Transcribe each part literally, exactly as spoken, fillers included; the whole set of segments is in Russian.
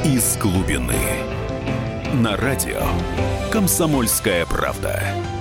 из глубины. На радио «Комсомольская правда».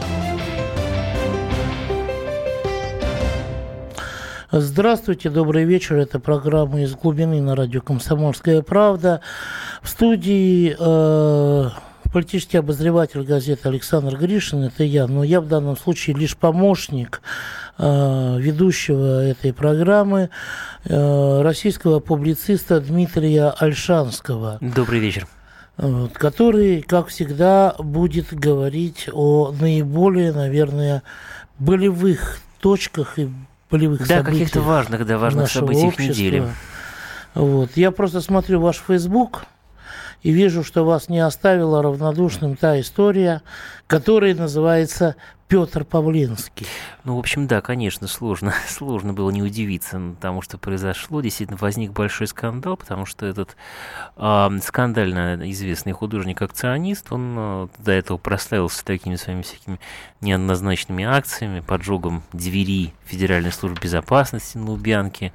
Здравствуйте, добрый вечер. Это программа «Из глубины» на радио «Комсомольская правда». В студии э, политический обозреватель газеты Александр Гришин, это я. Но я в данном случае лишь помощник э, ведущего этой программы, э, российского публициста Дмитрия Ольшанского. Добрый вечер. Вот, который, как всегда, будет говорить о наиболее, наверное, болевых точках и болевых да, событиях. Да, каких-то важных, да, важных событиях общества. недели. Вот. Я просто смотрю ваш Facebook и вижу, что вас не оставила равнодушным та история, которая называется Петр Павленский. Ну, в общем, да, конечно, сложно. Сложно было не удивиться тому, что произошло. Действительно, возник большой скандал, потому что этот э, скандально известный художник-акционист, он э, до этого прославился такими своими всякими неоднозначными акциями, поджогом двери Федеральной службы безопасности на Лубянке,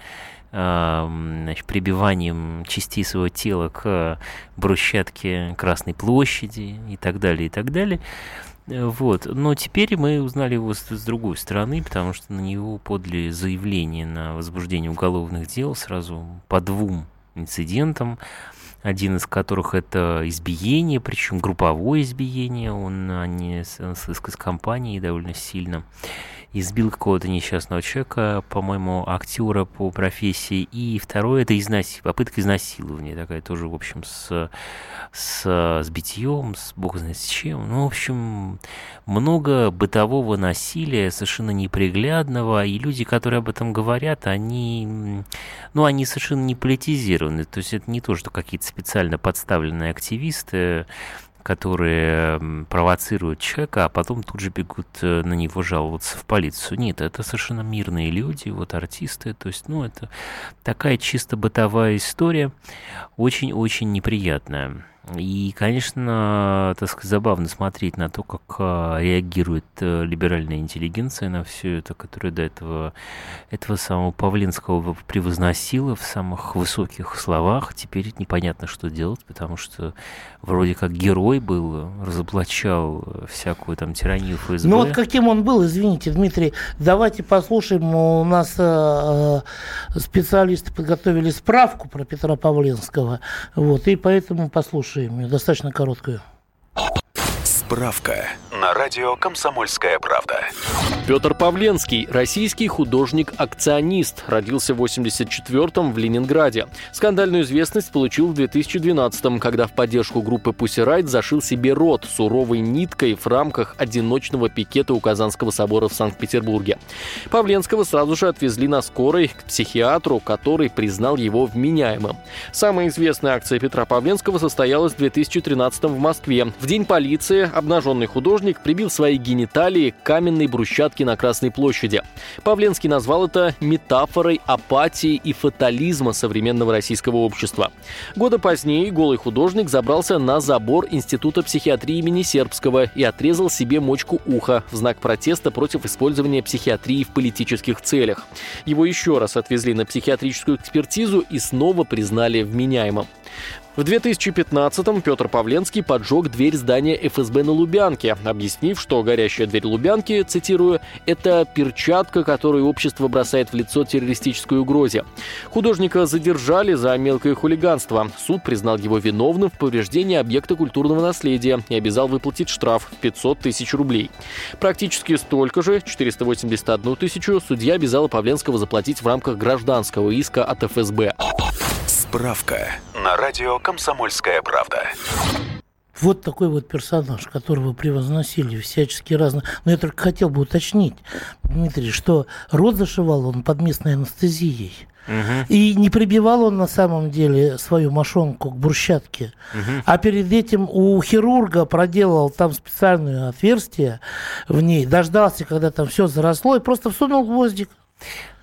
значит, прибиванием частей своего тела к брусчатке Красной площади и так далее, и так далее. Вот. Но теперь мы узнали его с, с другой стороны, потому что на него подали заявление на возбуждение уголовных дел сразу по двум инцидентам. Один из которых это избиение, причем групповое избиение. Он, они с, с, с компанией довольно сильно избил какого-то несчастного человека, по-моему, актера по профессии. И второе, это изнас... попытка изнасилования, такая тоже, в общем, с, с, с битьем, с бог знает с чем. Ну, в общем, много бытового насилия, совершенно неприглядного, и люди, которые об этом говорят, они, ну, они совершенно не политизированы. То есть это не то, что какие-то специально подставленные активисты, которые провоцируют человека, а потом тут же бегут на него жаловаться в полицию. Нет, это совершенно мирные люди, вот артисты. То есть, ну, это такая чисто бытовая история, очень-очень неприятная. И, конечно, так сказать, забавно смотреть на то, как реагирует либеральная интеллигенция на все это, которая до этого, этого самого Павленского превозносила в самых высоких словах. Теперь непонятно, что делать, потому что вроде как герой был, разоблачал всякую там тиранию эф эс бэ. Ну вот каким он был, извините, Дмитрий, давайте послушаем. У нас э, специалисты подготовили справку про Петра Павленского, вот, и поэтому послушаем. Достаточно короткую. Справка на радио «Комсомольская правда». Петр Павленский – российский художник-акционист. Родился в восемьдесят четвёртом в Ленинграде. Скандальную известность получил в две тысячи двенадцатом, когда в поддержку группы Pussy Riot зашил себе рот суровой ниткой в рамках одиночного пикета у Казанского собора в Санкт-Петербурге. Павленского сразу же отвезли на скорой к психиатру, который признал его вменяемым. Самая известная акция Петра Павленского состоялась в две тысячи тринадцатом в Москве. В день полиции обнаженный художник прибил свои гениталии к каменной брусчатке на Красной площади. Павленский назвал это метафорой апатии и фатализма современного российского общества. Года позднее голый художник забрался на забор Института психиатрии имени Сербского и отрезал себе мочку уха в знак протеста против использования психиатрии в политических целях. Его еще раз отвезли на психиатрическую экспертизу и снова признали вменяемым. В две тысячи пятнадцатом Петр Павленский поджег дверь здания эф эс бэ на Лубянке, объяснив, что горящая дверь Лубянки, цитирую, «это перчатка, которую общество бросает в лицо террористической угрозе». Художника задержали за мелкое хулиганство. Суд признал его виновным в повреждении объекта культурного наследия и обязал выплатить штраф в пятьсот тысяч рублей. Практически столько же, четыреста восемьдесят одну тысячу, судья обязала Павленского заплатить в рамках гражданского иска от эф эс бэ. Справка на радио «Комсомольская правда». Вот такой вот персонаж, которого превозносили всячески разно. Но я только хотел бы уточнить, Дмитрий, что рот зашивал он под местной анестезией. Угу. И не прибивал он на самом деле свою мошонку к брусчатке, угу. а перед этим у хирурга проделал там специальное отверстие в ней, дождался, когда там все заросло, и просто всунул гвоздик.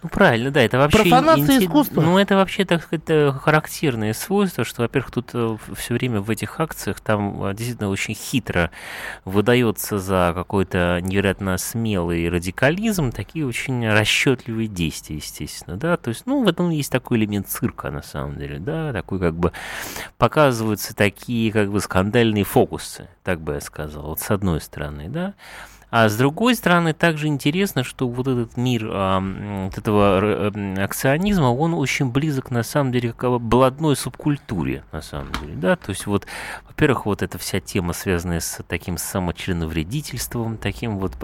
Ну, правильно, да, это вообще... Профанация инти... искусства. Ну, это вообще, так сказать, характерное свойство, что, во-первых, тут все время в этих акциях там действительно очень хитро выдается за какой-то невероятно смелый радикализм такие очень расчетливые действия, естественно, да, то есть, ну, в этом есть такой элемент цирка, на самом деле, да, такой, как бы, показываются такие, как бы, скандальные фокусы, так бы я сказал, вот с одной стороны, да. А с другой стороны, также интересно, что вот этот мир а, вот этого акционизма, он очень близок, на самом деле, к блатной субкультуре, на самом деле, да, то есть вот, во-первых, вот эта вся тема, связанная с таким самочленовредительством, таким вот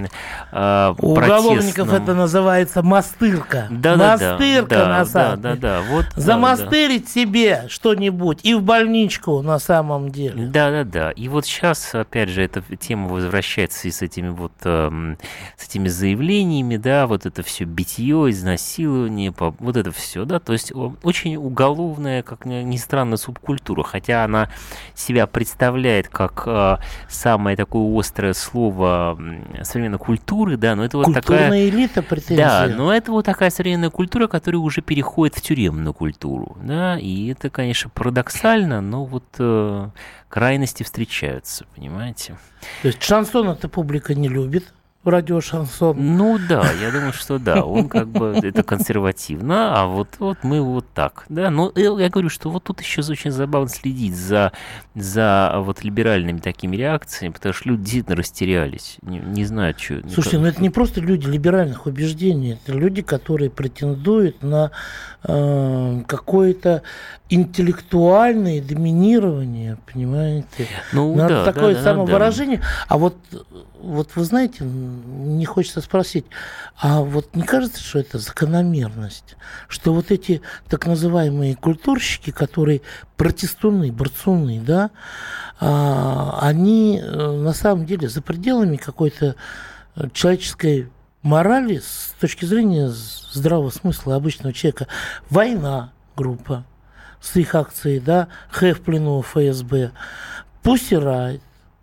а, у уголовников протестным... это называется мастырка. Да, мастырка, да, на да, самом да, деле. Да, да, вот, замастырить да. себе что-нибудь и в больничку, на самом деле. Да, да, да. И вот сейчас, опять же, эта тема возвращается и с этим вот э, с этими заявлениями, да, вот это все битье, изнасилование, вот это все, да, то есть очень уголовная, как ни странно, субкультура, хотя она себя представляет как э, самое такое острое слово современной культуры, да, но это вот культурная такая... элита, претензия. Да, но это вот такая современная культура, которая уже переходит в тюремную культуру, да, и это, конечно, парадоксально, но вот э, крайности встречаются, понимаете? То есть шансон эта публика не любит, радиошансон. Ну да, я думаю, что да, он как бы, это консервативно, а вот, вот мы вот так, да, но я говорю, что вот тут еще очень забавно следить за, за вот либеральными такими реакциями, потому что люди действительно растерялись, не, не знают, что... Слушайте, ну это не просто люди либеральных убеждений, это люди, которые претендуют на э, какое-то интеллектуальное доминирование, понимаете? Ну, на да, такое да, да, самовыражение. да. А вот, вот вы знаете, не хочется спросить, а вот не кажется, что это закономерность, что вот эти так называемые культурщики, которые протестуны, борцуны, да, а, они на самом деле за пределами какой-то человеческой морали с точки зрения здравого смысла обычного человека. Война, группа, с их акцией, да, Х в плену ФСБ, Pussy Riot,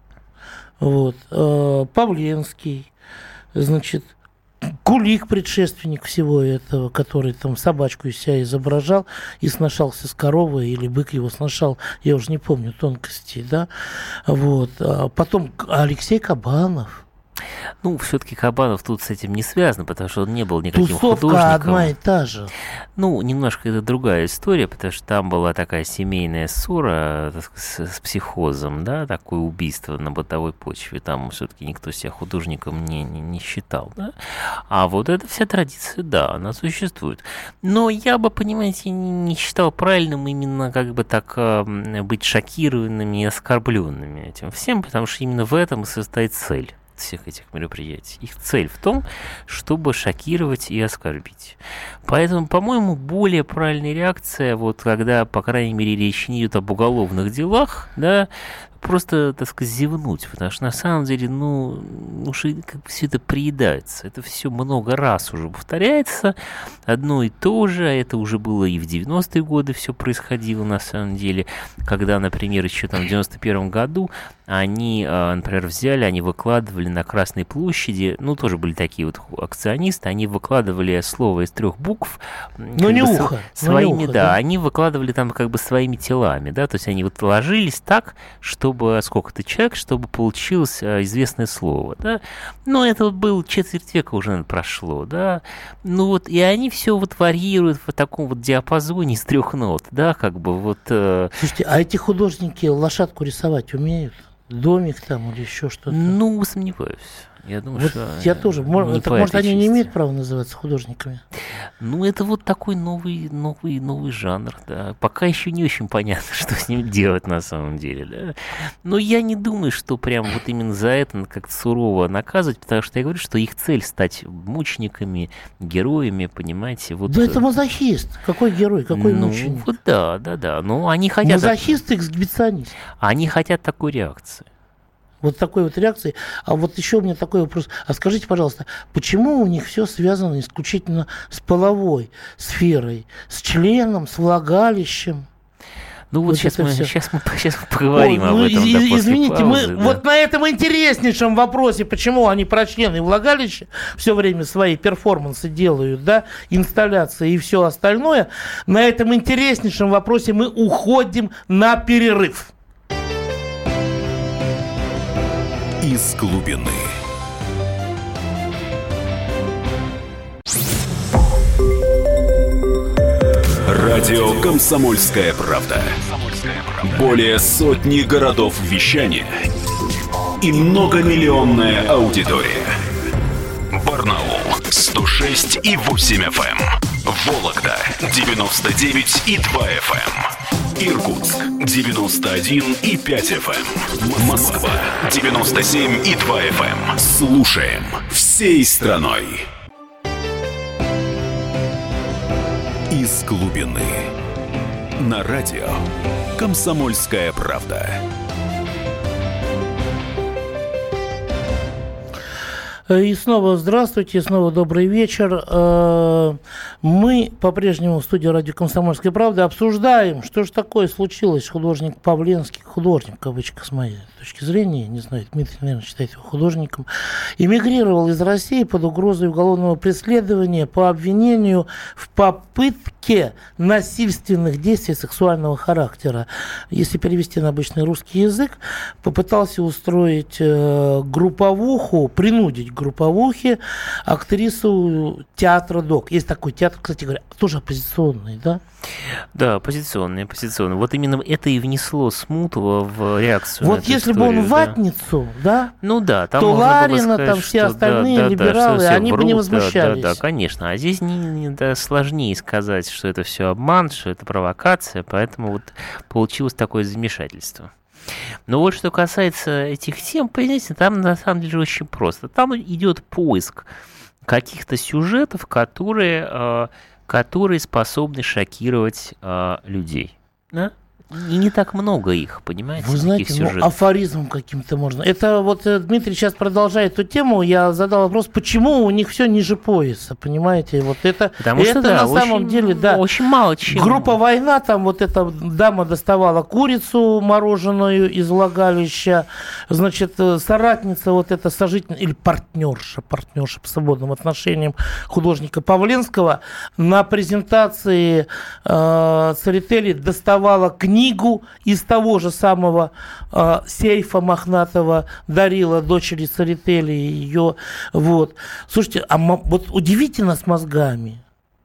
вот, э, Павленский, значит, Кулик, предшественник всего этого, который там собачку из себя изображал и сношался с коровой, или бык его сношал, я уже не помню тонкостей, да, вот, а потом Алексей Кабанов. Ну, все-таки Кабанов тут с этим не связан, потому что он не был никаким Тусовка художником. одна и та же. Ну, немножко это другая история, потому что там была такая семейная ссора с, с психозом, да, такое убийство на бытовой почве. Там все-таки никто себя художником не, не, не считал, да. А вот эта вся традиция, да, она существует. Но я бы, понимаете, не считал правильным именно как бы так быть шокированными и оскорбленными этим всем, потому что именно в этом и состоит цель всех этих мероприятий. Их цель в том, чтобы шокировать и оскорбить. Поэтому, по-моему, более правильная реакция, вот когда, по крайней мере, речь не идет об уголовных делах, да, просто, так сказать, зевнуть, потому что на самом деле, ну, уже как бы все это приедается. Это все много раз уже повторяется, одно и то же, а это уже было и в девяностые годы все происходило на самом деле, когда, например, еще там в девяносто первом году они, например, взяли, они выкладывали на Красной площади, ну, тоже были такие вот акционисты, они выкладывали слово из трех букв. Ну, не бы, ухо. Своими, не ухо, да, да, они выкладывали там как бы своими телами, да, то есть они вот ложились так, что чтобы сколько-то человек, чтобы получилось а, известное слово, да, но это вот был четверть века уже, наверное, прошло, да, ну вот, и они все вот варьируют в таком вот диапазоне из трех нот, да, как бы вот... Э... Слушайте, а эти художники лошадку рисовать умеют? Домик там или еще что-то? Ну, сомневаюсь. Я думаю, вот что... Я тоже. Может, так, может они части. не имеют права называться художниками? Ну, это вот такой новый, новый, новый жанр, да. Пока еще не очень понятно, что с ним делать на самом деле, да. Но я не думаю, что прям вот именно за это как-то сурово наказывать, потому что я говорю, что их цель стать мучениками, героями, понимаете. Вот... Да это мазохист. Какой герой, какой ну, мученик? Вот да, да, да. Но они хотят... Мазохист и эксгибиционист. Они хотят такой реакции. Вот такой вот реакции. А вот еще у меня такой вопрос. А скажите, пожалуйста, почему у них все связано исключительно с половой сферой, с членом, с влагалищем? Ну вот, Вот сейчас, это мы, всё. сейчас, мы, сейчас мы поговорим Ой, об ну, этом. и- да, и- после извините, мы паузы, да. вот на этом интереснейшем вопросе, почему они про члены и влагалище все время свои перформансы делают, да, инсталляции и все остальное, на этом интереснейшем вопросе мы уходим на перерыв. Из глубины. Радио «Комсомольская правда». Более сотни городов вещания и многомиллионная аудитория. Барнаул сто шесть и восемь эф эм, Вологда девяносто девять и два эф эм, Иркутск девяносто один и пять эф эм, Москва девяносто семь и два эф эм. Слушаем всей страной. Из глубины. На радио «Комсомольская правда». И снова здравствуйте, снова добрый вечер. Э, Мы по-прежнему в студии радио «Комсомольская правда» обсуждаем, что же такое случилось. Художник Павленский, художник, в кавычках, с моей точки зрения, не знаю, Дмитрий, наверное, считает его художником, эмигрировал из России под угрозой уголовного преследования по обвинению в попытке насильственных действий сексуального характера. Если перевести на обычный русский язык, попытался устроить э, групповуху, принудить к групповухе актрису театра ДОК. Есть такой театр, кстати говоря, тоже оппозиционный, да? Да, оппозиционный, оппозиционный. Вот именно это и внесло смуту в реакцию. Вот на эту если историю, бы он да. ватницу, да, Ну да, там то можно было Ларина, сказать, там все что остальные да, да, либералы, да, что все они бы врут, не да, возмущались. Да, да, конечно. А здесь не, не- да, сложнее сказать, что это все обман, что это провокация, поэтому вот получилось такое замешательство. Но вот что касается этих тем, понимаете, там на самом деле очень просто. Там идет поиск каких-то сюжетов, которые, э, которые способны шокировать э, людей. Да? И не так много их, понимаете, Вы таких знаете, ну, сюжетов. афоризмом каким-то можно. Это вот э, Дмитрий сейчас продолжает эту тему. Я задал вопрос, почему у них все ниже пояса, понимаете? Вот это, Потому что, это да, на самом очень- деле, да. очень мало чем. Группа «Война», там вот эта дама доставала курицу мороженую из влагалища, значит, э, соратница вот эта сожительница, или партнерша, партнерша по свободным отношениям художника Павленского на презентации э, Церетели доставала книгу из того же самого э, сейфа мохнатого, дарила дочери Церетели ее, вот. Слушайте, а мо- вот удивительно с мозгами.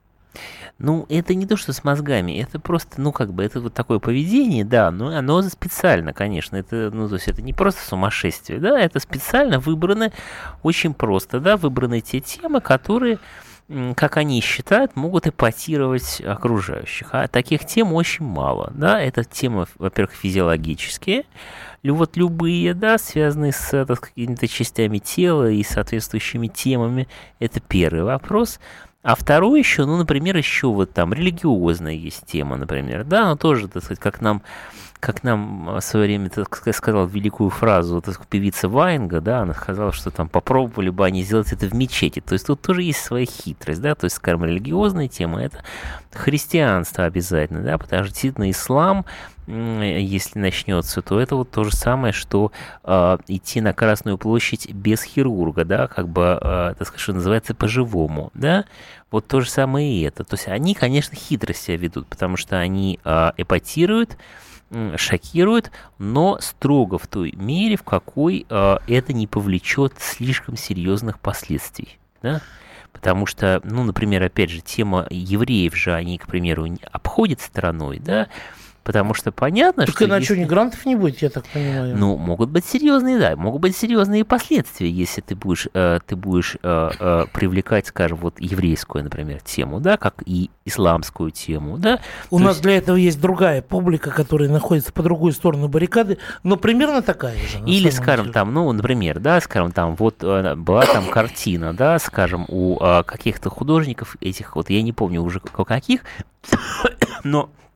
Ну, это не то, что с мозгами, это просто, ну, как бы, это вот такое поведение, да, но оно специально, конечно, это, ну, то есть это не просто сумасшествие, да, это специально выбраны очень просто, да, выбраны те темы, которые, м, как они считают, могут эпатировать окружающих, а таких тем очень мало, да, это темы, во-первых, физиологические, лю- вот любые, да, связанные с, так, какими-то частями тела и соответствующими темами, это первый вопрос. А второй еще, ну, например, еще вот там религиозная есть тема, например, да, но тоже, так сказать, как нам, как нам в свое время, так сказать, сказала великую фразу, так сказать, певица Ваенга, да, она сказала, что там попробовали бы они сделать это в мечети, то есть тут тоже есть своя хитрость, да, то есть, скажем, религиозная тема, это христианство обязательно, да, потому что действительно ислам, м, если начнется, то это вот то же самое, что э, идти на Красную площадь без хирурга, да, как бы, э, так сказать, что называется, по-живому, да, вот то же самое и это. То есть они, конечно, хитро себя ведут, потому что они э, эпатируют, м, шокируют, но строго в той мере, в какой э, это не повлечет слишком серьезных последствий, да. Потому что, ну, например, опять же, тема евреев же они, к примеру, не обходят стороной, да, потому что понятно, Так что... иначе если- мигрантов не будет, я так понимаю. Ну, могут быть серьезные, да, могут быть серьезные последствия, если ты будешь, э, ты будешь э, э, привлекать, скажем, вот еврейскую, например, тему, да, как и исламскую тему, да. У То нас есть- для этого есть другая публика, которая находится по другую сторону баррикады, но примерно такая же. на Или, самом скажем, деле. там, ну, например, да, скажем, там, вот э, была там картина, да, скажем, у э, каких-то художников этих, вот я не помню уже у каких, но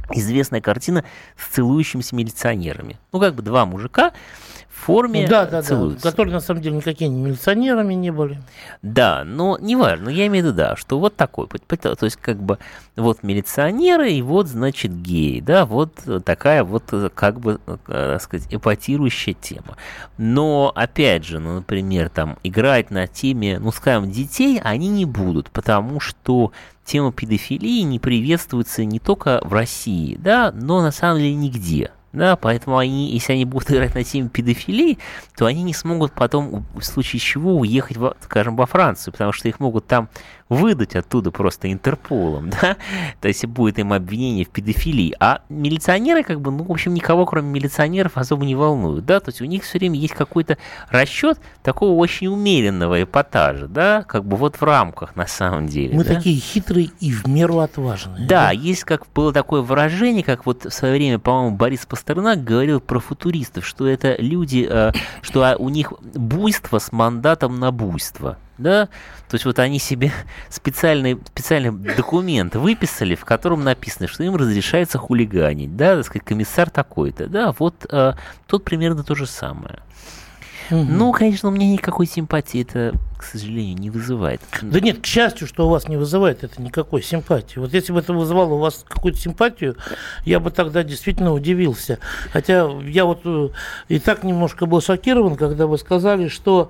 известная картина с целующимися милиционерами. Ну, как бы два мужика в форме да, да, целуются. Да, которые на самом деле никакими милиционерами не были. Да, но неважно, я имею в виду, да, что вот такой, то есть как бы вот милиционеры и вот, значит, геи, да, вот такая вот, как бы, так сказать, эпатирующая тема. Но, опять же, ну, например, там, играть на теме, ну, скажем, детей они не будут, потому что тема педофилии не приветствуется не только в России, да, но на самом деле нигде. Да, поэтому они, если они будут играть на теме педофилии, то они не смогут потом, в случае чего, уехать, во, скажем, во Францию, потому что их могут там выдать оттуда просто Интерполом, да, то есть будет им обвинение в педофилии, а милиционеры, как бы, ну, в общем, никого, кроме милиционеров, особо не волнуют, да, то есть у них все время есть какой-то расчет такого очень умеренного эпатажа, да, как бы вот в рамках, на самом деле. Мы да? такие хитрые и в меру отважные. Да, да, есть, как было такое выражение, как вот в свое время, по-моему, Борис Пастернак говорил про футуристов, что это люди, э, что у них буйство с мандатом на буйство. Да? То есть вот они себе специальный, специальный документ выписали, в котором написано, что им разрешается хулиганить, да, так сказать, комиссар такой-то, да, вот э, тут примерно то же самое. Угу. Ну, конечно, у меня никакой симпатии это, к сожалению, не вызывает. Да нет, к счастью, что у вас не вызывает это никакой симпатии. Вот если бы это вызывало у вас какую-то симпатию, я бы тогда действительно удивился. Хотя я вот и так немножко был шокирован, когда вы сказали, что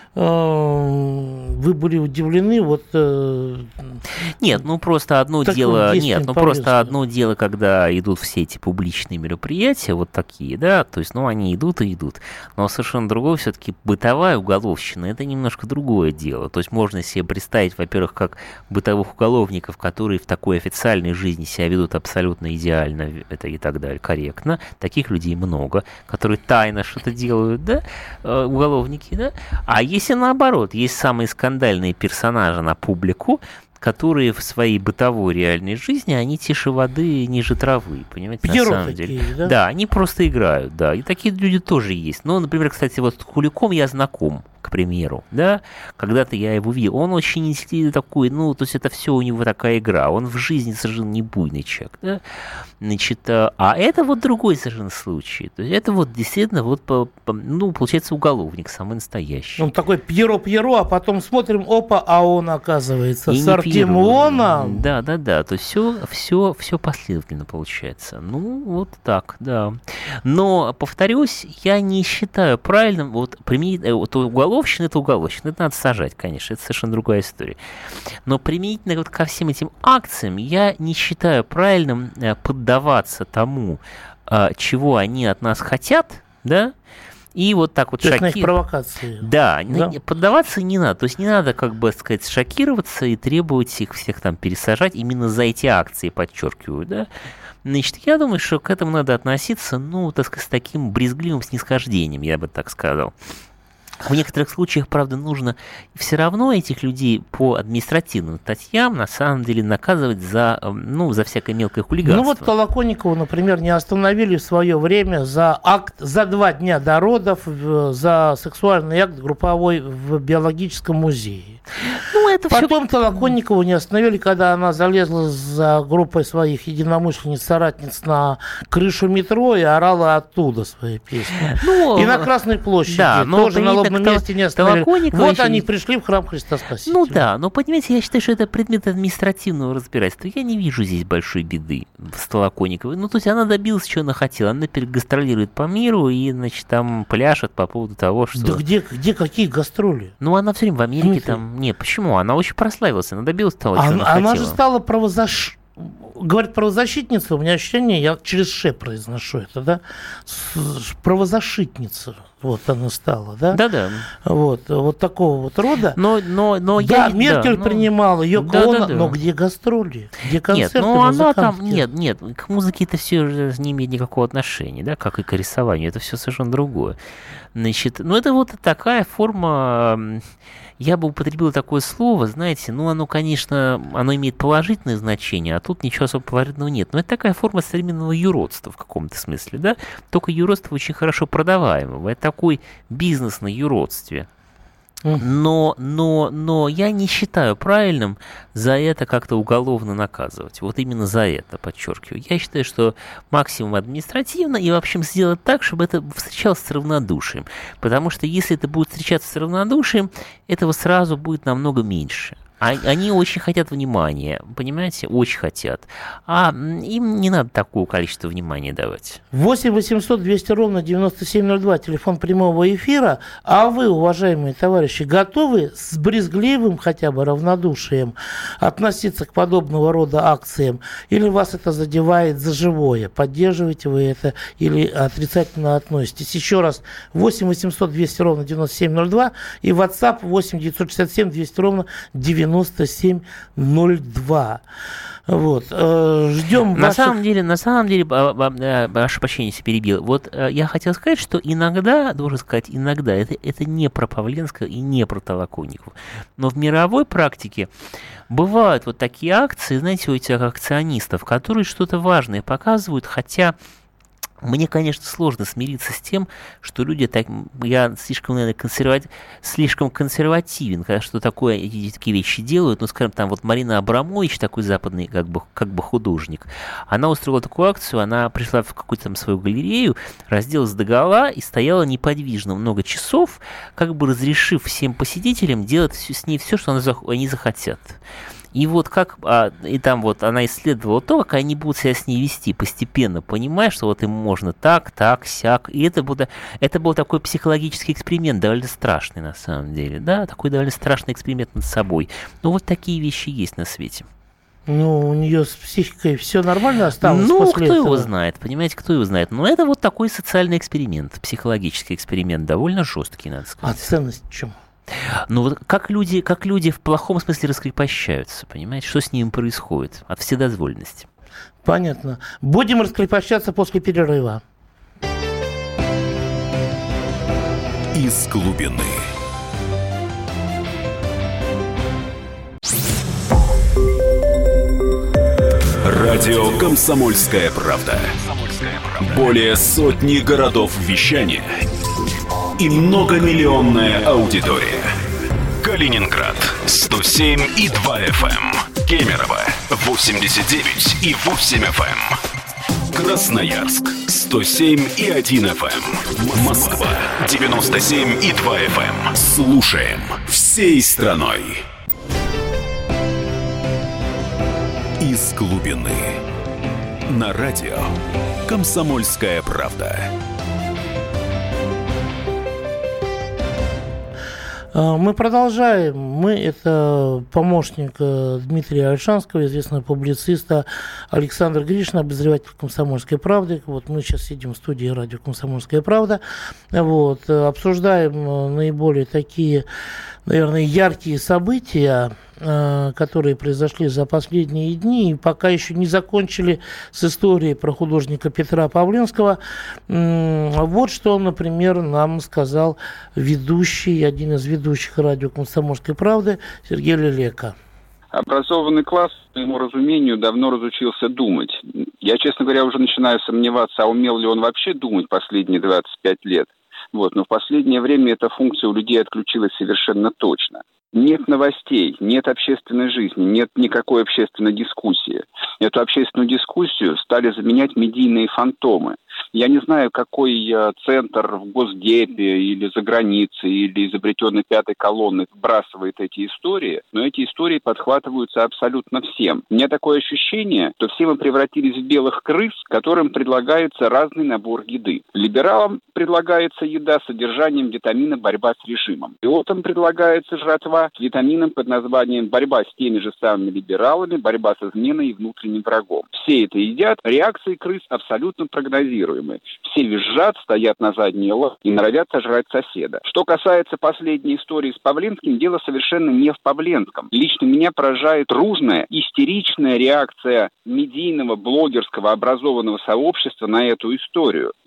вы были удивлены, вот... Нет, ну просто одно дело... Нет, ну просто одно дело, когда идут все эти публичные мероприятия, вот такие, да, то есть, ну, они идут и идут. Но совершенно другое все-таки бытовая уголовщина, это немножко другое дело. То есть можно себе представить, во-первых, как бытовых уголовников, которые в такой официальной жизни себя ведут абсолютно идеально, это и так далее, корректно. Таких людей много, которые тайно что-то делают, да, уголовники, да. А есть Если наоборот, есть самые скандальные персонажи на публику, которые в своей бытовой реальной жизни, они тише воды, ниже травы, понимаете, Пьеро на самом такие, деле. Да? Да, они просто играют, да, и такие люди тоже есть. Ну, например, кстати, вот с Куликом я знаком, к примеру, да, когда-то я его видел, он очень такой, ну, то есть это все у него такая игра, он в жизни совершенно не буйный человек, да, значит, а это вот другой совершенно случай, то есть это вот действительно вот, ну, получается, уголовник, самый настоящий. Он такой Пьеро-Пьеро, а потом смотрим, опа, а он, оказывается, и с Артемоном. Да, да, да, то есть все, все, все последовательно получается, ну, вот так, да. Но, повторюсь, я не считаю правильным, вот, применить, вот уголовник, Уголовщина — это уголовщина, это надо сажать, конечно, это совершенно другая история. Но применительно вот ко всем этим акциям я не считаю правильным поддаваться тому, чего они от нас хотят, да, и вот так вот шокировать. То есть на их провокации. Да, да, поддаваться не надо. То есть не надо, как бы сказать, шокироваться и требовать их всех там пересажать именно за эти акции, подчеркиваю, да. Значит, я думаю, что к этому надо относиться, ну, так сказать, с таким брезгливым снисхождением, я бы так сказал. В некоторых случаях, правда, нужно все равно этих людей по административным статьям на самом деле наказывать за, ну, за всякое мелкое хулиганство. Ну вот Толоконникову, например, не остановили в свое время за акт, за два дня до родов, за сексуальный акт групповой в биологическом музее. Ну, это Потом все... Толоконникову не остановили, когда она залезла за группой своих единомышленниц, соратниц на крышу метро и орала оттуда свои песни. Ну, и на Красной площади да, тоже на лобном месте не остановили. Вот еще... они пришли в храм Христа Спасителя. Ну да, но понимаете, я считаю, что это предмет административного разбирательства. Я не вижу здесь большой беды с Толоконниковой. Ну, то есть она добилась, чего она хотела. Она теперь гастролирует по миру и, значит, там пляшет по поводу того, что... Да где, где какие гастроли? Ну, она все время в Америке Дмитрий. там... Не, почему? Она очень прославилась, она добилась того, чего она, она хотела. Она же стала правозащитницей. Говорит правозащитница, у меня ощущение, я через «ше» произношу это, да, правозащитница, вот она стала, да? Да-да. Вот, вот такого вот рода. Но, но, но да, я... Меркель да, принимала, Йоко да, Оно, да, да. но где гастроли? Где концерты? Нет, ну она там, нет, нет, к музыке это все не имеет никакого отношения, да, как и к рисованию, это все совершенно другое. Значит, ну это вот такая форма... Я бы употребил такое слово, знаете, ну, оно, конечно, оно имеет положительное значение, а тут ничего особо положительного нет. Но это такая форма современного юродства в каком-то смысле, да? Только юродство очень хорошо продаваемого. Это такой бизнес на юродстве. Но, но, но я не считаю правильным за это как-то уголовно наказывать. Вот именно за это, подчеркиваю. Я считаю, что максимум административно и, в общем, сделать так, чтобы это встречалось с равнодушием. Потому что если это будет встречаться с равнодушием, этого сразу будет намного меньше. Они очень хотят внимания, понимаете, очень хотят. А им не надо такого количества внимания давать. восемь восемьсот двести ровно девяносто семь ноль два, телефон прямого эфира. А вы, уважаемые товарищи, готовы с брезгливым хотя бы равнодушием относиться к подобного рода акциям? Или вас это задевает за живое? Поддерживаете вы это или отрицательно относитесь? Еще раз, восемь восемьсот двести ровно девяносто семь ноль два и WhatsApp восемь девятьсот шестьдесят семь двести ровно девяносто семь ноль два. Вот. Ждем на ваших... самом деле, на самом деле, ваше прощение, если перебил. Вот я хотел сказать, что иногда, должен сказать, иногда, это, это не про Павленского и не про Толоконникова. Но в мировой практике бывают вот такие акции, знаете, у этих акционистов, которые что-то важное показывают, хотя... Мне, конечно, сложно смириться с тем, что люди так... Я слишком, наверное, консерватив, слишком консервативен, когда что такое, эти такие вещи делают. Ну, скажем, там вот Марина Абрамович, такой западный как бы, как бы художник, она устроила такую акцию, она пришла в какую-то там свою галерею, разделась догола и стояла неподвижно много часов, как бы разрешив всем посетителям делать с ней все, что они захотят. И вот как, а, и там вот она исследовала то, как они будут себя с ней вести постепенно, понимая, что вот им можно так, так, сяк. И это, было, это был такой психологический эксперимент, довольно страшный на самом деле, да, такой довольно страшный эксперимент над собой. Но вот такие вещи есть на свете. Ну, у нее с психикой все нормально осталось ну, после кто этого? его знает, понимаете, кто его знает. Но это вот такой социальный эксперимент, психологический эксперимент, довольно жесткий, надо сказать. А ценность в чем? Ну вот как люди, как люди в плохом смысле раскрепощаются, понимаете, что с ними происходит от вседозволенности. Понятно. Будем раскрепощаться после перерыва. Из глубины. Радио «Комсомольская правда». Более сотни городов вещания и многомиллионная аудитория. Калининград сто семь и два эф эм, Кемерово восемьдесят девять и восемь эф эм, Красноярск сто семь и один эф эм, Москва девяносто семь и два эф эм. Слушаем всей страной. Из глубины. На радио «Комсомольская правда». Мы продолжаем. Мы, это помощник Дмитрия Ольшанского, известного публициста Александр Гришин, обозреватель «Комсомольской правды». Вот мы сейчас сидим в студии радио «Комсомольская правда». Вот, обсуждаем наиболее такие, наверное, яркие события, которые произошли за последние дни, и пока еще не закончили с историей про художника Петра Павленского. Вот что, например, нам сказал ведущий, один из ведущих радио «Комсомольской правды» Сергей Лелека. Образованный класс, по моему разумению, давно разучился думать. Я, честно говоря, уже начинаю сомневаться, а умел ли он вообще думать последние двадцать пять лет. Вот. Но в последнее время эта функция у людей отключилась совершенно точно. Нет новостей, нет общественной жизни, нет никакой общественной дискуссии. Эту общественную дискуссию стали заменять медийные фантомы. Я не знаю, какой центр в Госдепе или за границей, или изобретенной пятой колонной вбрасывает эти истории, но эти истории подхватываются абсолютно всем. У меня такое ощущение, что все мы превратились в белых крыс, которым предлагается разный набор еды. Либералам предлагается еда с содержанием витамина «борьба с режимом». Пилотам предлагается жратва с витамином под названием «борьба с теми же самыми либералами, борьба с изменой и внутренним врагом». Все это едят, реакции крыс абсолютно прогнозируемы. Все визжат, стоят на задние лапы и норовят сожрать соседа. Что касается последней истории с Павленским, дело совершенно не в Павленском. Лично меня поражает дружная, истеричная реакция медийного, блогерского, образованного сообщества на эту историю.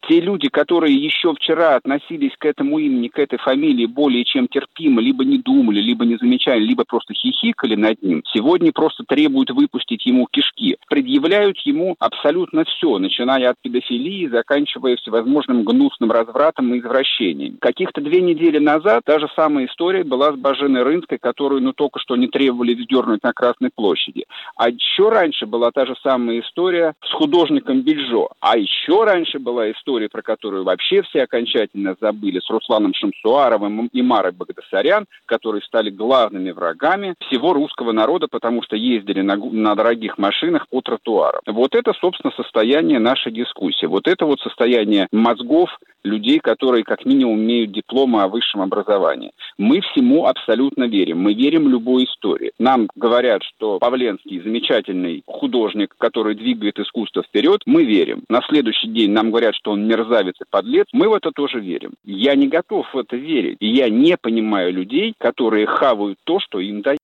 Те люди, которые еще вчера относились к этому имени, к этой фамилии более чем терпимо, либо не думали, либо не замечали, либо просто хихикали над ним, сегодня просто требуют выпустить ему кишки. Предъявляют ему абсолютно все, начиная от педофилии, заканчивая всевозможным гнусным развратом и извращением. Каких-то две недели назад та же самая история была с Боженой Рынской, которую ну только что не требовали вздернуть на Красной площади. А еще раньше была та же самая история с художником Бельжо. А еще раньше была история, про которую вообще все окончательно забыли, с Русланом Шамсуаровым и Марой Багдасарян, которые стали главными врагами всего русского народа, потому что ездили на, на дорогих машинах по тротуарам. Вот это, собственно, состояние нашей дискуссии. Вот это вот состояние мозгов людей, которые как минимум имеют дипломы о высшем образовании. Мы всему абсолютно верим. Мы верим любой истории. Нам говорят, что Павленский замечательный художник, который двигает искусство вперед. Мы верим. На следующий день нам говорят, что он мерзавец и подлец. Мы в это тоже верим. Я не готов в это верить. И я не понимаю людей, которые хавают то, что им дают.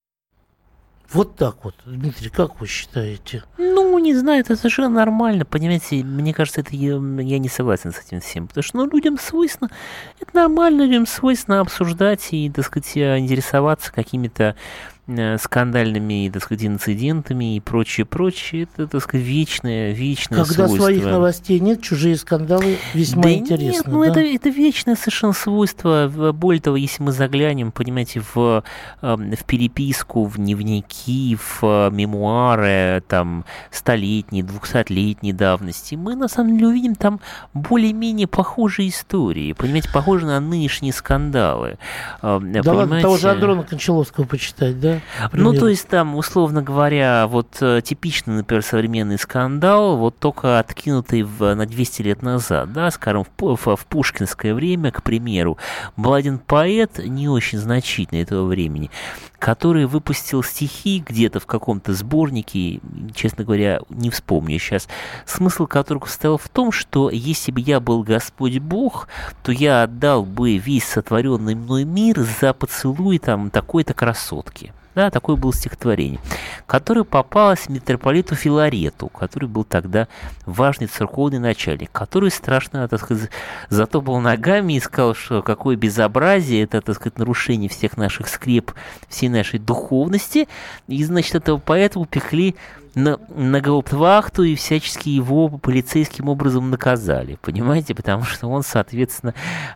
Вот так вот. Дмитрий, как вы считаете? Ну, не знаю, это совершенно нормально, понимаете, мне кажется, это я, я не согласен с этим всем, потому что, ну, людям свойственно, это нормально, людям свойственно обсуждать и, так сказать, интересоваться какими-то скандальными, так сказать, инцидентами и прочее, прочее. Это, так сказать, вечное, вечное Когда свойство. своих новостей нет, чужие скандалы весьма да интересны. Нет, ну да? это, это вечное совершенно свойство. Более того, если мы заглянем, понимаете, в, в переписку, в дневники, в мемуары там столетней, двухсотлетней давности, мы на самом деле увидим там более-менее похожие истории, понимаете, похожие на нынешние скандалы. Да ладно, того же Андрона Кончаловского почитать, да? Ну, то есть там, условно говоря, вот типичный, например, современный скандал, вот только откинутый в, на двести лет назад, да, скажем, в, в, в пушкинское время, к примеру, был один поэт, не очень значительный этого времени, который выпустил стихи где-то в каком-то сборнике, честно говоря, не вспомню сейчас, смысл которого состоял в том, что если бы я был Господь Бог, то я отдал бы весь сотворенный мной мир за поцелуй там такой-то красотки. Да, такое было стихотворение, которое попалось митрополиту Филарету, который был тогда важный церковный начальник, который страшно, так сказать, затопал ногами и сказал, что какое безобразие, это, так сказать, нарушение всех наших скреп, всей нашей духовности, и, значит, этого поэта упекли на, на гауптвахту и всячески его полицейским образом наказали, понимаете, потому что он, соответственно,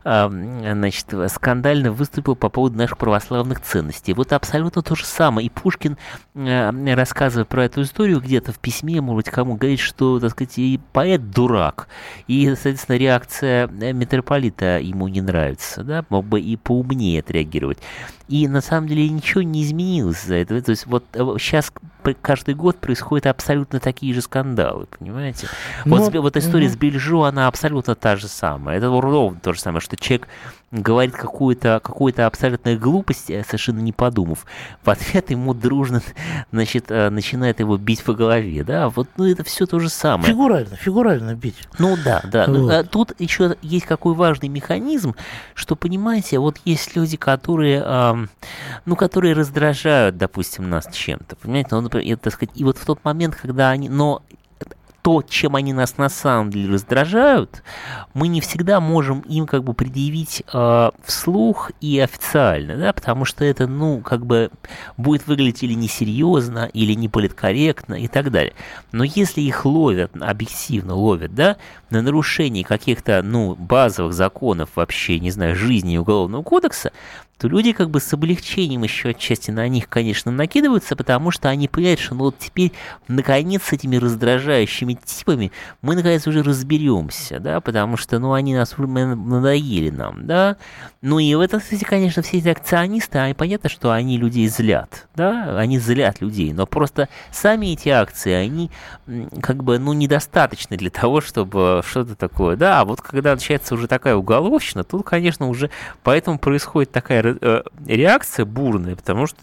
э, значит, скандально выступил по поводу наших православных ценностей. Вот абсолютно то же самое. И Пушкин, э, рассказывая про эту историю где-то в письме, может быть, кому говорит, что, так сказать, и поэт дурак, и, соответственно, реакция митрополита ему не нравится, да, мог бы и поумнее отреагировать. И на самом деле ничего не изменилось из-за этого. То есть вот сейчас каждый год происходят абсолютно такие же скандалы, понимаете? Но, вот, вот история угу. с Бельжо, она абсолютно та же самая. Это ровно то же самое, что человек говорит какую-то, какую-то абсолютную глупость, совершенно не подумав. В ответ ему дружно, значит, начинает его бить по голове, да? Вот, ну, это все то же самое. Фигурально, фигурально бить. Ну, да, да. Вот. Ну, тут еще есть какой важный механизм, что, понимаете, вот есть люди, которые, э, ну, которые раздражают, допустим, нас чем-то, понимаете? Ну, например, так сказать, и вот в тот момент, когда они, но то, чем они нас на самом деле раздражают, мы не всегда можем им как бы предъявить э, вслух и официально, да, потому что это, ну, как бы будет выглядеть или несерьезно, или неполиткорректно и так далее. Но если их ловят, объективно ловят, да, на нарушении каких-то, ну, базовых законов вообще, не знаю, жизни и Уголовного кодекса, то люди как бы с облегчением еще отчасти на них, конечно, накидываются, потому что они понимают, что ну вот теперь, наконец, с этими раздражающими типами мы, наконец, уже разберемся, да, потому что, ну, они нас надоели нам, да. Ну, и в этом, кстати, конечно, все эти акционисты, они, понятно, что они людей злят, да, они злят людей, но просто сами эти акции, они как бы, ну, недостаточны для того, чтобы что-то такое, да, а вот когда начинается уже такая уголовщина, тут, конечно, уже поэтому происходит такая реакция бурная, потому что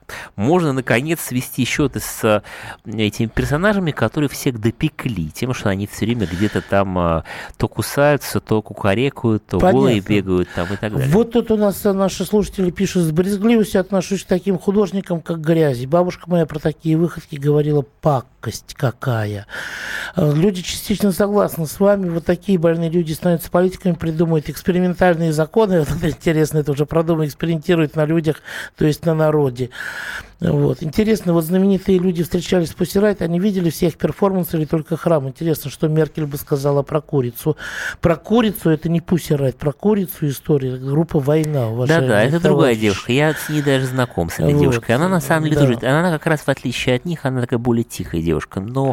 можно, наконец, свести счеты с этими персонажами, которые всех допекли тем, что они все время где-то там то кусаются, то кукарекают, то Понятно. голые бегают там и так далее. Вот тут у нас наши слушатели пишут: с брезгливостью отношусь к таким художникам, как Грязи. Бабушка моя про такие выходки говорила: пакость какая. Люди частично согласны с вами. Вот такие больные люди становятся политиками, придумывают экспериментальные законы. Вот это интересно, это уже продумано, экспериментируют на людях, то есть на народе. Вот. Интересно, вот знаменитые люди встречались с Pussy Riot, они видели всех перформансов или только храм? Интересно, что Меркель бы сказала про курицу. Про курицу это не Pussy Riot, про курицу история, группа «Война». Да-да, это другая девушка. Я с ней даже знаком с этой вот. девушкой. Она на самом деле да. тоже, она как раз в отличие от них, она такая более тихая девушка. Но,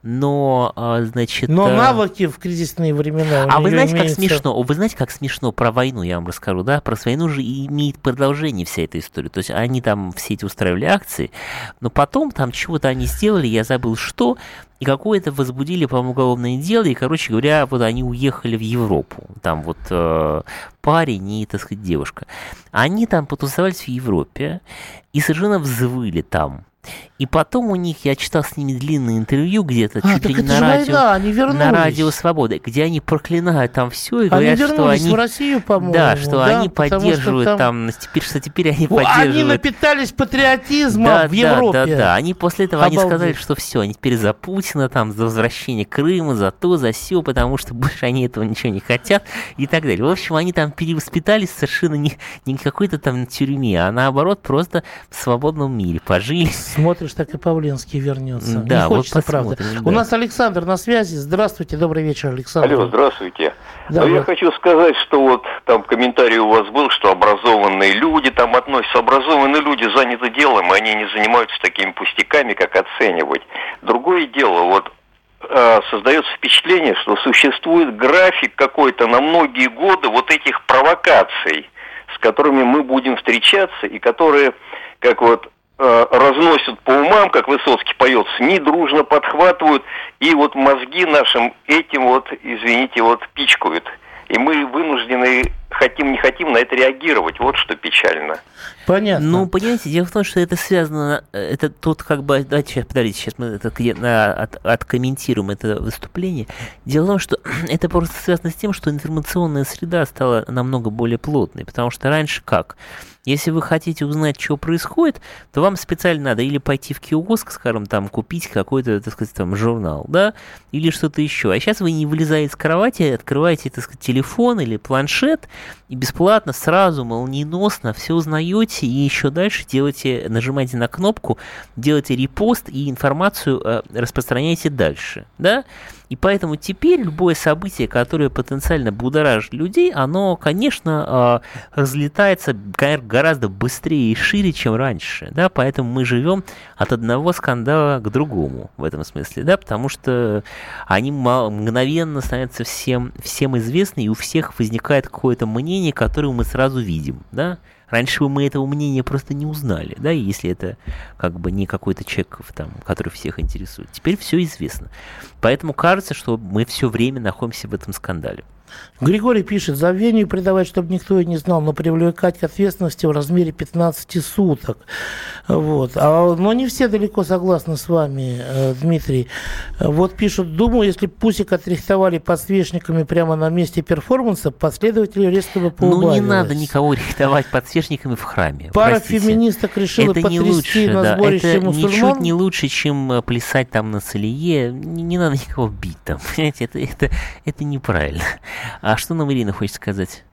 но значит... Но навыки в кризисные времена. А вы знаете, имеется... как смешно? Вы знаете, как смешно про войну, я вам расскажу, да? Про войну же имеет продолжение вся эта история. То есть они там все эти устраивали акции, но потом там чего-то они сделали, я забыл что, и какое-то возбудили, по-моему, уголовное дело, и, короче говоря, вот они уехали в Европу. Там вот э, парень и, так сказать, девушка. Они там потусовались в Европе и совершенно взвыли там. И потом у них, я читал с ними длинное интервью где-то, а, чуть ли не на радио, война, на радио «Свобода», где они проклинают там все и говорят, они что они... в Россию, по-моему. Да, что да, они поддерживают что там... там... Теперь, что теперь они О, поддерживают... Они напитались патриотизмом да, в Европе. Да, да, да. Они после этого Обалдеть. они сказали, что все, они теперь за Путина, там, за возвращение Крыма, за то, за сё, потому что больше они этого ничего не хотят и так далее. В общем, они там перевоспитались совершенно не, не в какой-то там тюрьме, а наоборот просто в свободном мире пожили. Смотришь, так и Павленский вернется. Да, не хочется, вот правда. Да. У нас Александр на связи. Здравствуйте, добрый вечер, Александр. Алло, здравствуйте. Да, Но вот. я хочу сказать, что вот там комментарий у вас был, что образованные люди там относятся. Образованные люди заняты делом, и они не занимаются такими пустяками, как оценивать. Другое дело, вот э, создается впечатление, что существует график какой-то на многие годы вот этих провокаций, с которыми мы будем встречаться, и которые, как вот разносят по умам, как Высоцкий поет, СМИ дружно подхватывают, и вот мозги нашим этим вот, извините, вот пичкают. И мы вынуждены, хотим не хотим, на это реагировать. Вот что печально. Понятно. Ну, понимаете, дело в том, что это связано, это тут как бы, давайте сейчас, подождите, сейчас мы это, от, откомментируем это выступление. Дело в том, что это просто связано с тем, что информационная среда стала намного более плотной, потому что раньше как? Если вы хотите узнать, что происходит, то вам специально надо или пойти в киоск, скажем, там, купить какой-то, так сказать, там, журнал, да, или что-то еще. А сейчас вы не вылезаете с кровати, открываете, так сказать, телефон или планшет, и бесплатно, сразу, молниеносно все узнаете, и еще дальше делаете, нажимаете на кнопку, делаете репост и информацию э, распространяете дальше, да. И поэтому теперь любое событие, которое потенциально будоражит людей, оно, конечно, разлетается гораздо быстрее и шире, чем раньше. Да? Поэтому мы живем от одного скандала к другому в этом смысле, да? Потому что они мгновенно становятся всем, всем известны, и у всех возникает какое-то мнение, которое мы сразу видим. Да? Раньше бы мы этого мнения просто не узнали, да, если это как бы не какой-то человек, там, который всех интересует. Теперь все известно. Поэтому кажется, что мы все время находимся в этом скандале. Григорий пишет: забвению придавать, чтобы никто и не знал, но привлекать к ответственности в размере пятнадцати суток. Вот. А, но не все далеко согласны с вами, э, Дмитрий. Вот пишут: думаю, если Пусик отрихтовали подсвечниками прямо на месте перформанса, последователи резко бы поубавилось. Ну, не надо никого рихтовать подсвечниками в храме. Пара Простите. феминисток решила это потрясти лучше, на да. сборище это мусульман. ничуть не лучше, чем плясать там на Салие. Не, не надо никого бить там. Понимаете, это, это, это неправильно. А что нам Ирина хочет сказать?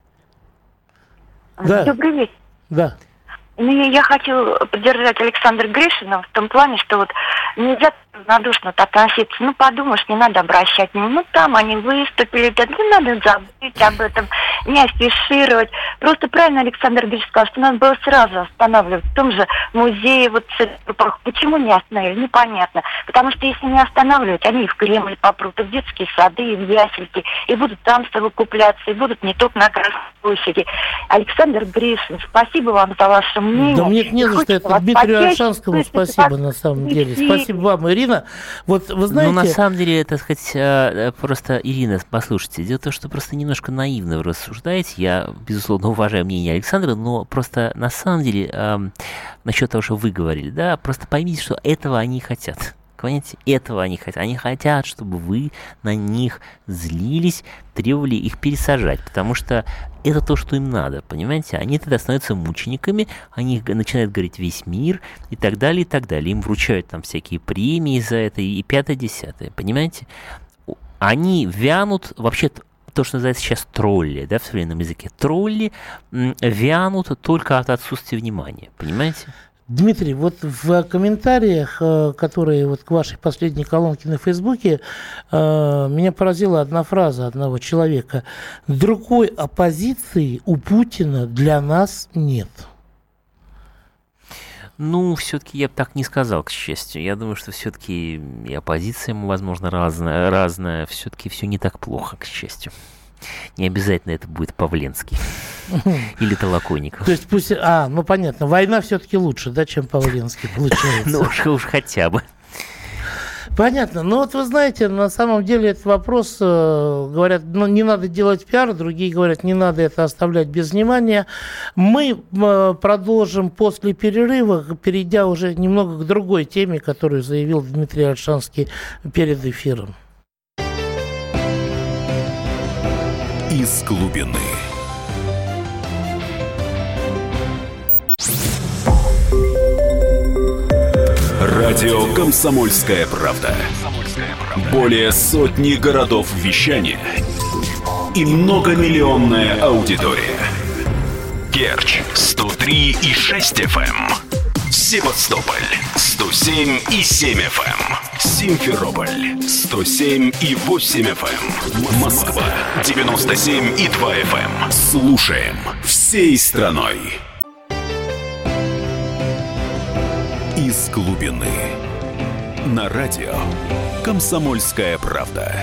Да. Добрый вечер. Да. Ну, я хочу поддержать Александра Гришина в том плане, что вот нельзя равнодушно относиться. Ну, подумаешь, не надо обращать внимание. Ну, там они выступили, да не надо забыть об этом, не афишировать. Просто правильно Александр Гришин сказал, что надо было сразу останавливать. В том же музее, вот почему не остановили, непонятно. Потому что если не останавливать, они и в Кремль попрут, и в детские сады, и в ясельки, и будут там совокупляться, и будут не только на Красной площади. Александр Гришин, спасибо вам за ваше мнение. Да мне не за что, это Дмитрию Ольшанскому спасибо на самом деле. Спасибо вам, Ирина. Вот вы знаете... Ну, на самом деле, так сказать, просто, Ирина, послушайте, дело в том, что просто немножко наивно вы обсуждаете. Я, безусловно, уважаю мнение Александра, но просто на самом деле э, насчет того, что вы говорили, да, просто поймите, что этого они хотят. Понимаете, этого они хотят. Они хотят, чтобы вы на них злились, требовали их пересажать, потому что это то, что им надо, понимаете? Они тогда становятся мучениками, они начинают говорить весь мир и так далее, и так далее. Им вручают там всякие премии за это и пятое-десятое, понимаете? Они вянут, вообще то, что называется сейчас тролли, да, в современном языке. Тролли вянут только от отсутствия внимания, понимаете? Дмитрий, вот в комментариях, которые вот к вашей последней колонке на Фейсбуке, меня поразила одна фраза одного человека. Другой оппозиции у Путина для нас нет. Ну, все-таки я бы так не сказал, к счастью. Я думаю, что все-таки и оппозиция, возможно, разная, разная. Все-таки все не так плохо, к счастью. Не обязательно это будет Павленский или Толоконников. То есть пусть... А, ну понятно, война все-таки лучше, да, чем Павленский, получается. Ну уж, уж хотя бы. Понятно. Но вот вы знаете, на самом деле этот вопрос, э, говорят, ну, не надо делать пиар, другие говорят, не надо это оставлять без внимания. Мы э, продолжим после перерыва, перейдя уже немного к другой теме, которую заявил Дмитрий Ольшанский перед эфиром. Из глубины. Радио «Комсомольская правда». Более сотни городов вещания и многомиллионная аудитория. Керчь сто три и шесть эф эм, Севастополь сто семь и семь эф эм, Симферополь сто семь и восемь эф эм, Москва девяносто семь и два эф эм. Слушаем всей страной. Из глубины. На радио «Комсомольская правда».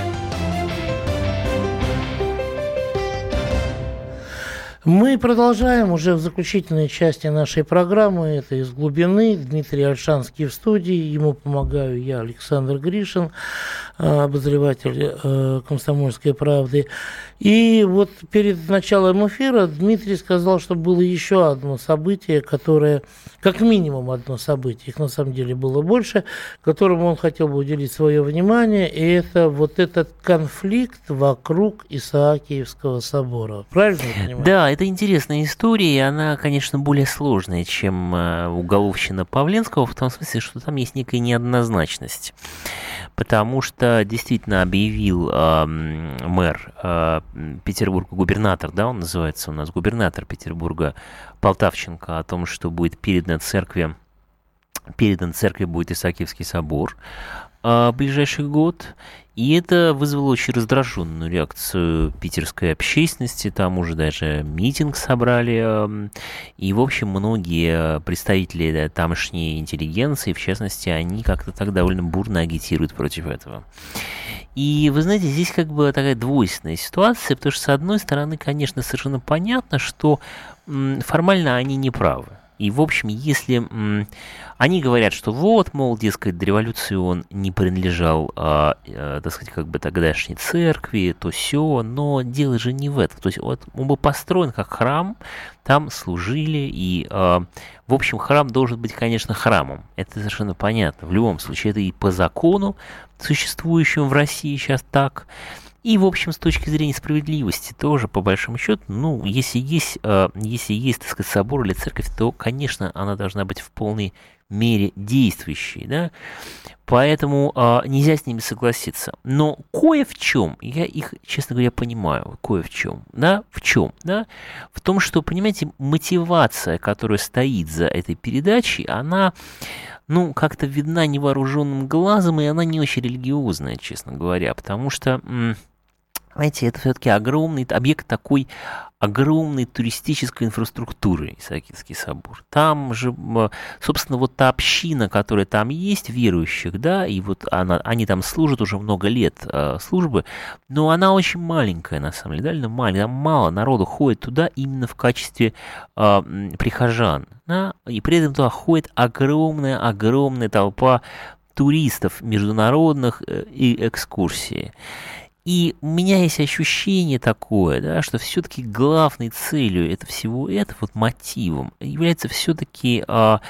Мы продолжаем уже в заключительной части нашей программы. Это «Из глубины». Дмитрий Ольшанский в студии. Ему помогаю я, Александр Гришин, обозреватель «Комсомольской правды». И вот перед началом эфира Дмитрий сказал, что было еще одно событие, которое, как минимум одно событие, их на самом деле было больше, которому он хотел бы уделить свое внимание, и это вот этот конфликт вокруг Исаакиевского собора. Правильно я понимаю? Да, это интересная история, и она, конечно, более сложная, чем уголовщина Павленского, в том смысле, что там есть некая неоднозначность. Потому что действительно объявил э, мэр э, Петербурга, губернатор, да, он называется у нас, губернатор Петербурга Полтавченко, о том, что будет передан церкви, передан церкви будет Исаакиевский собор э, в ближайший год. И это вызвало очень раздраженную реакцию питерской общественности. Там уже даже митинг собрали. И, в общем, многие представители тамошней интеллигенции, в частности, они как-то так довольно бурно агитируют против этого. И, вы знаете, здесь как бы такая двойственная ситуация, потому что, с одной стороны, конечно, совершенно понятно, что формально они не правы. И, в общем, если м, они говорят, что вот, мол, дескать, до революции он не принадлежал, а, а, так сказать, как бы тогдашней церкви, то сё, но дело же не в этом. То есть вот, он был построен как храм, там служили, и, а, в общем, храм должен быть, конечно, храмом. Это совершенно понятно. В любом случае, это и по закону, существующему в России сейчас так. И, в общем, с точки зрения справедливости тоже, по большому счету, ну, если есть, э, если есть, так сказать, собор или церковь, то, конечно, она должна быть в полной мере действующей, да, поэтому э, нельзя с ними согласиться. Но кое в чем, я их, честно говоря, понимаю, кое в чем, да, в чем, да, в том, что, понимаете, мотивация, которая стоит за этой передачей, она... ну, как-то видна невооруженным глазом, и она не очень религиозная, честно говоря, потому что, знаете, это все-таки огромный объект такой огромной туристической инфраструктуры, Исаакиевский собор. Там же, собственно, вот та община, которая там есть, верующих, да, и вот она, они там служат уже много лет э, службы, но она очень маленькая, на самом деле, довольно маленькая, там мало народу ходит туда именно в качестве э, прихожан, да, и при этом туда ходит огромная-огромная толпа туристов международных э, и экскурсии. И у меня есть ощущение такое, да, что все-таки главной целью это всего этого, вот мотивом, является все-таки а,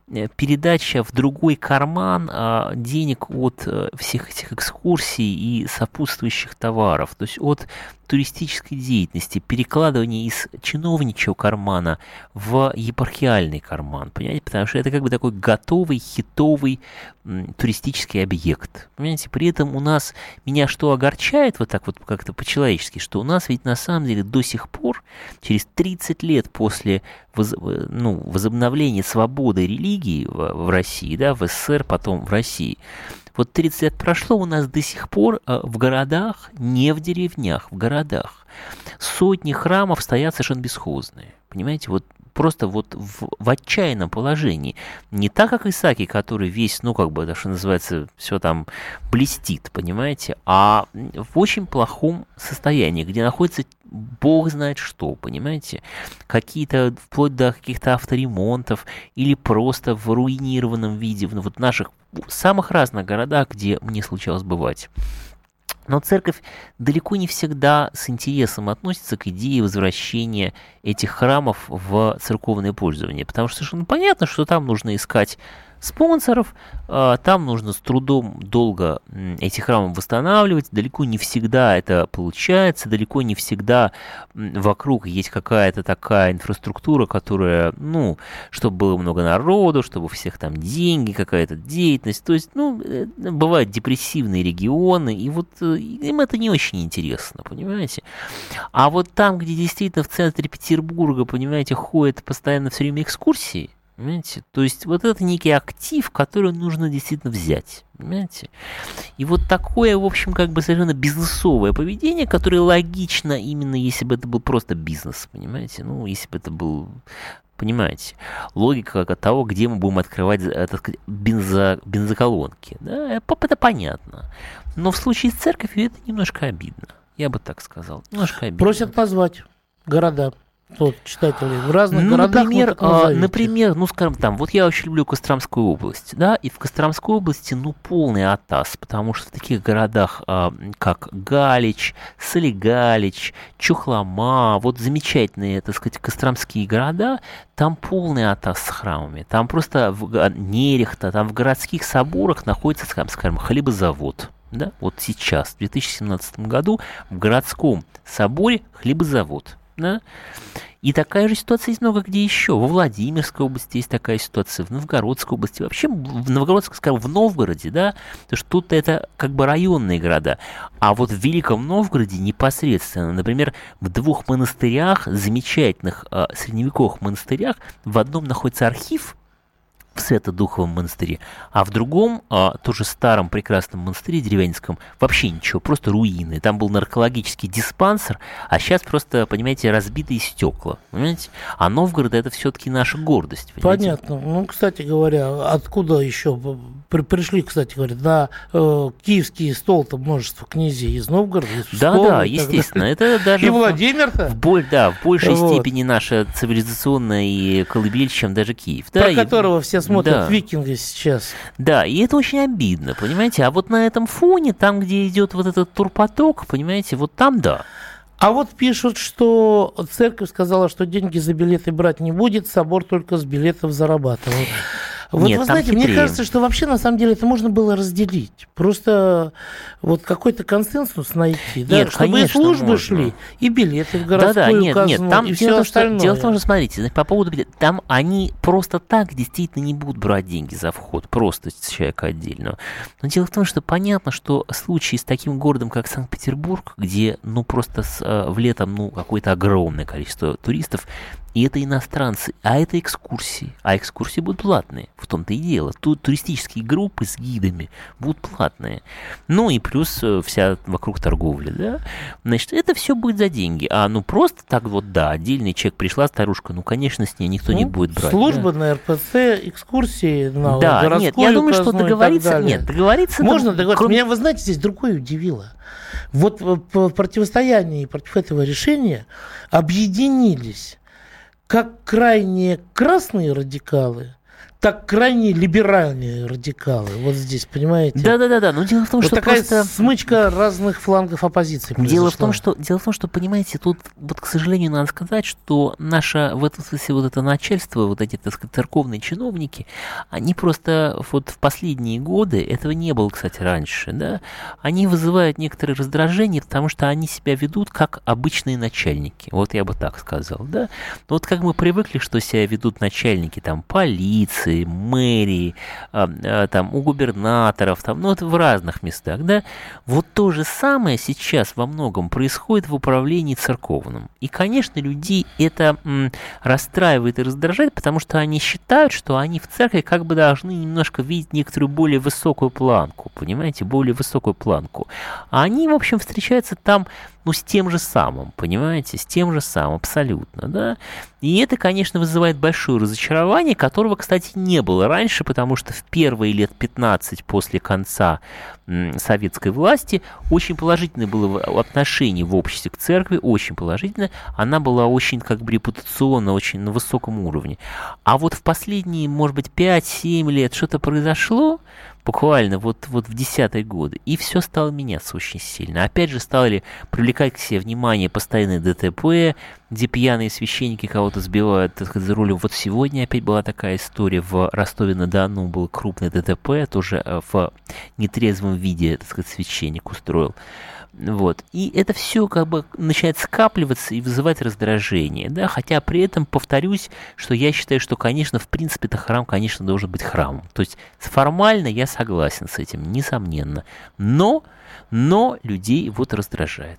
передача в другой карман а, денег от а, всех этих экскурсий и сопутствующих товаров, то есть от туристической деятельности, перекладывание из чиновничьего кармана в епархиальный карман, понимаете, потому что это как бы такой готовый, хитовый м, туристический объект, понимаете, при этом у нас, меня что огорчает вот так вот как-то по-человечески, что у нас ведь на самом деле до сих пор, через тридцать лет после воз, ну, возобновления свободы религии в, в России, да, в СССР, потом в России, вот тридцать лет прошло, у нас до сих пор в городах, не в деревнях, в городах, сотни храмов стоят совершенно бесхозные. Понимаете, вот просто вот в, в отчаянном положении. Не так, как Исааки, который весь, ну, как бы, да, что называется, все там блестит, понимаете, а в очень плохом состоянии, где находится бог знает что, понимаете, какие-то, вплоть до каких-то авторемонтов или просто в руинированном виде, в вот наших самых разных городах, где мне случалось бывать. Но церковь далеко не всегда с интересом относится к идее возвращения этих храмов в церковное пользование, потому что совершенно понятно, что там нужно искать спонсоров, там нужно с трудом долго эти храмы восстанавливать, далеко не всегда это получается, далеко не всегда вокруг есть какая-то такая инфраструктура, которая, ну, чтобы было много народу, чтобы у всех там деньги, какая-то деятельность, то есть, ну, бывают депрессивные регионы, и вот им это не очень интересно, понимаете? А вот там, где действительно в центре Петербурга, понимаете, ходят постоянно все время экскурсии, понимаете? То есть вот это некий актив, который нужно действительно взять, понимаете? И вот такое, в общем, как бы совершенно бизнесовое поведение, которое логично именно, если бы это был просто бизнес, понимаете? Ну, если бы это был, понимаете, логика как того, где мы будем открывать, так сказать, бензо, бензоколонки, да, это понятно. Но в случае с церковью это немножко обидно, я бы так сказал, немножко обидно. Просят назвать города. Вот, читатели в разных ну, городах. Например, а, например, ну, скажем, там, вот я очень люблю Костромскую область, да, и в Костромской области, ну, полный атас, потому что в таких городах, а, как Галич, Солигалич, Чухлома, вот замечательные, так сказать, костромские города, там полный атас с храмами, там просто в Нерехта, там в городских соборах находится, скажем, хлебозавод. Да, вот сейчас, в две тысячи семнадцатом году, в городском соборе хлебозавод. Да? И такая же ситуация есть много где еще. Во Владимирской области есть такая ситуация, в Новгородской области. Вообще в Новгородской, скажем, в Новгороде, да, потому что тут это как бы районные города. А вот в Великом Новгороде непосредственно, например, в двух монастырях, замечательных э, средневековых монастырях, в одном находится архив, в Свято-Духовом монастыре, а в другом, а, тоже старом прекрасном монастыре деревенском, вообще ничего, просто руины. Там был наркологический диспансер, а сейчас просто, понимаете, разбитые стекла, понимаете? А Новгород — это все-таки наша гордость, понимаете? Понятно. Ну, кстати говоря, откуда еще при, пришли, кстати говоря, на э, киевский стол-то множество князей из Новгорода, из Пскова. Да-да, естественно. Это даже и Владимир-то. В, в, да, в большей вот. степени наша цивилизационная и колыбель, чем даже Киев. Про да, которого и... все смотрят да. викинги сейчас. Да, и это очень обидно, понимаете? А вот на этом фоне, там, где идет вот этот турпоток, понимаете, вот там да. А вот пишут, что церковь сказала, что деньги за билеты брать не будет, собор только с билетов зарабатывал. Вот Нет, вы знаете, хитрее. мне кажется, что вообще на самом деле это можно было разделить. Просто вот какой-то консенсус найти. Да? Нет, чтобы конечно, и службы можно. шли, и билеты в городскую да, да, нет, казну, нет, там и дело, все что, остальное. дело в том, что, смотрите, по поводу билетов, там они просто так действительно не будут брать деньги за вход, просто с человека отдельного. Но дело в том, что понятно, что случаи с таким городом, как Санкт-Петербург, где, ну, просто с, в летом, ну, какое-то огромное количество туристов, и это иностранцы, а это экскурсии. А экскурсии будут платные, в том-то и дело. Тут туристические группы с гидами будут платные. Ну и плюс вся вокруг торговли, да. Значит, это все будет за деньги. А ну просто так вот, да, отдельный человек пришла, старушка, ну, конечно, с ней никто ну, не будет брать. Служба да? на эр пэ цэ, экскурсии на да, городскую нет, я думаю, что казну договориться, нет, договориться... Можно там, договориться. кроме... Меня, вы знаете, здесь другое удивило. Вот в противостоянии против этого решения объединились как крайне красные радикалы, так крайне либеральные радикалы. Вот здесь, понимаете? Да-да-да. Но дело в том, вот что такая просто... смычка разных флангов оппозиции произошла. Дело в том, что, дело в том, что, понимаете, тут, вот, к сожалению, надо сказать, что наше, в этом смысле, вот это начальство, вот эти, так сказать, церковные чиновники, они просто вот в последние годы, этого не было, кстати, раньше, да, они вызывают некоторые раздражения, потому что они себя ведут как обычные начальники. Вот я бы так сказал, да. Но вот как мы привыкли, что себя ведут начальники, там, полиции, мэрии, а, а, там, у губернаторов, там, ну, вот в разных местах, да, вот то же самое сейчас во многом происходит в управлении церковным. И, конечно, людей это м, расстраивает и раздражает, потому что они считают, что они в церкви как бы должны немножко видеть некоторую более высокую планку, понимаете, более высокую планку. А они, в общем, встречаются там, ну, с тем же самым, понимаете, с тем же самым, абсолютно, да. И это, конечно, вызывает большое разочарование, которого, кстати, не было раньше, потому что в первые лет пятнадцать после конца м, советской власти очень положительное было отношение в обществе к церкви, очень положительное, она была очень, как бы, репутационно, очень на высоком уровне. А вот в последние, может быть, пять-семь лет что-то произошло, буквально вот, вот в десятые годы, и все стало меняться очень сильно. Опять же стали привлекать к себе внимание постоянные ДТП, где пьяные священники кого-то сбивают, так сказать, за рулем. Вот сегодня опять была такая история в Ростове-на-Дону, был крупный ДТП, тоже в нетрезвом виде, так сказать, священник устроил. Вот. И это все как бы начинает скапливаться и вызывать раздражение, да, хотя при этом повторюсь, что я считаю, что, конечно, в принципе, это храм, конечно, должен быть храмом. То есть формально я согласен с этим, несомненно, но, но людей вот раздражает.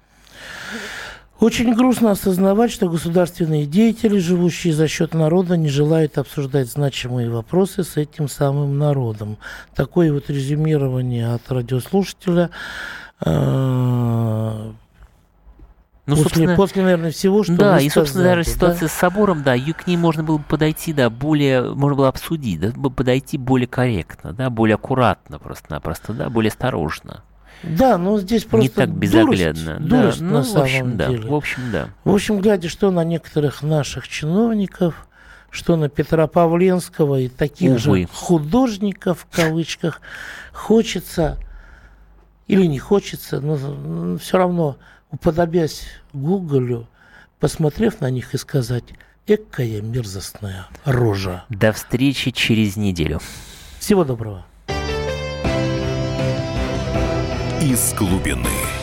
Очень грустно осознавать, что государственные деятели, живущие за счет народа, не желают обсуждать значимые вопросы с этим самым народом. Такое вот резюмирование от радиослушателя. Ну, после, после, наверное, всего, что да, вы и, собственно, сказали, даже ситуация да? с собором, да, ее к ней можно было подойти, да, более, можно было обсудить, да, подойти более корректно, да, более аккуратно просто-напросто, да, более осторожно. Да, но здесь просто не так безоглядно. Дурость, да, дурость ну, на в самом общем, деле. Да, в общем, да. В общем, глядя, что на некоторых наших чиновников, что на Петропавленского и таких Увы. же художников, в кавычках, хочется или не хочется, но все равно, уподобясь Гоголю, посмотрев на них и сказать: экая мерзостная рожа. До встречи через неделю. Всего доброго. Из глубины.